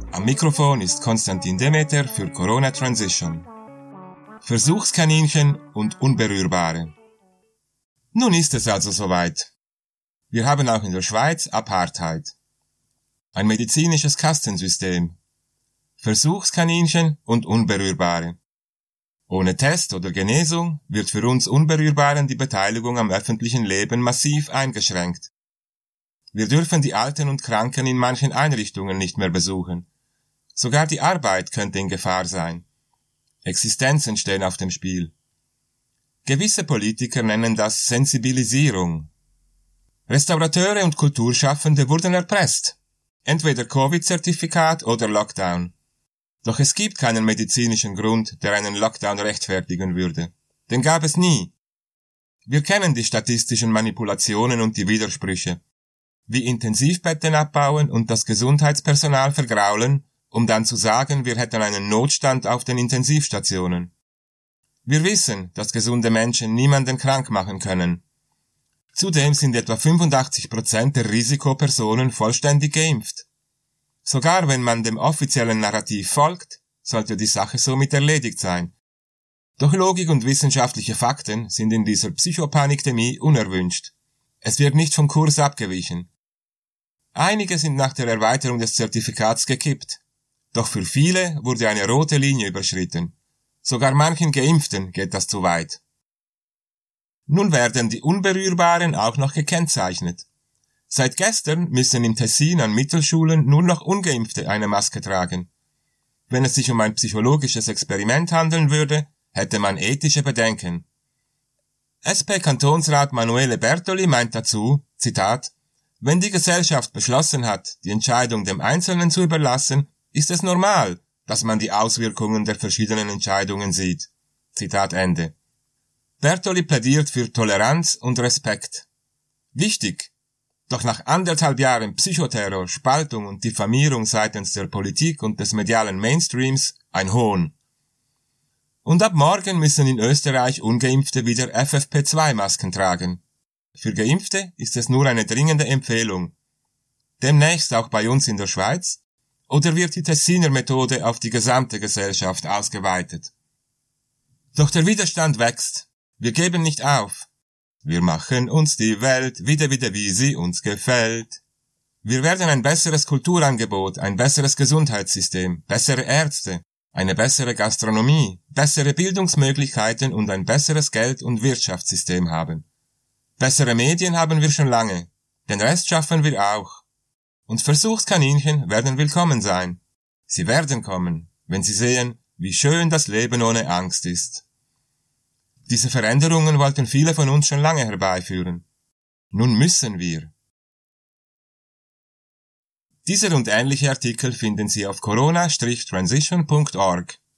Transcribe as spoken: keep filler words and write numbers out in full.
Am Mikrofon ist Konstantin Demeter für Corona Transition. Versuchskaninchen und Unberührbare. Nun ist es also soweit. Wir haben auch in der Schweiz Apartheid. Ein medizinisches Kastensystem. Versuchskaninchen und Unberührbare. Ohne Test oder Genesung wird für uns Unberührbaren die Beteiligung am öffentlichen Leben massiv eingeschränkt. Wir dürfen die Alten und Kranken in manchen Einrichtungen nicht mehr besuchen. Sogar die Arbeit könnte in Gefahr sein. Existenzen stehen auf dem Spiel. Gewisse Politiker nennen das Sensibilisierung. Restaurateure und Kulturschaffende wurden erpresst. Entweder Covid-Zertifikat oder Lockdown. Doch es gibt keinen medizinischen Grund, der einen Lockdown rechtfertigen würde. Den gab es nie. Wir kennen die statistischen Manipulationen und die Widersprüche. Wie Intensivbetten abbauen und das Gesundheitspersonal vergraulen, um dann zu sagen, wir hätten einen Notstand auf den Intensivstationen. Wir wissen, dass gesunde Menschen niemanden krank machen können. Zudem sind etwa fünfundachtzig Prozent der Risikopersonen vollständig geimpft. Sogar wenn man dem offiziellen Narrativ folgt, sollte die Sache somit erledigt sein. Doch Logik und wissenschaftliche Fakten sind in dieser Psychopanikdemie unerwünscht. Es wird nicht vom Kurs abgewichen. Einige sind nach der Erweiterung des Zertifikats gekippt. Doch für viele wurde eine rote Linie überschritten. Sogar manchen Geimpften geht das zu weit. Nun werden die Unberührbaren auch noch gekennzeichnet. Seit gestern müssen im Tessin an Mittelschulen nur noch Ungeimpfte eine Maske tragen. Wenn es sich um ein psychologisches Experiment handeln würde, hätte man ethische Bedenken. S P-Kantonsrat Manuele Bertoli meint dazu, Zitat, wenn die Gesellschaft beschlossen hat, die Entscheidung dem Einzelnen zu überlassen, ist es normal, dass man die Auswirkungen der verschiedenen Entscheidungen sieht. Zitat Ende. Bertoli plädiert für Toleranz und Respekt. Wichtig, doch nach anderthalb Jahren Psychoterror, Spaltung und Diffamierung seitens der Politik und des medialen Mainstreams ein Hohn. Und ab morgen müssen in Österreich Ungeimpfte wieder F F P zwei Masken tragen. Für Geimpfte ist es nur eine dringende Empfehlung. Demnächst auch bei uns in der Schweiz? Oder wird die Tessiner Methode auf die gesamte Gesellschaft ausgeweitet? Doch der Widerstand wächst. Wir geben nicht auf. Wir machen uns die Welt wieder wieder, wie sie uns gefällt. Wir werden ein besseres Kulturangebot, ein besseres Gesundheitssystem, bessere Ärzte, eine bessere Gastronomie, bessere Bildungsmöglichkeiten und ein besseres Geld- und Wirtschaftssystem haben. Bessere Medien haben wir schon lange. Den Rest schaffen wir auch. Und Versuchskaninchen werden willkommen sein. Sie werden kommen, wenn sie sehen, wie schön das Leben ohne Angst ist. Diese Veränderungen wollten viele von uns schon lange herbeiführen. Nun müssen wir. Diese und ähnliche Artikel finden Sie auf corona Transition punkt org.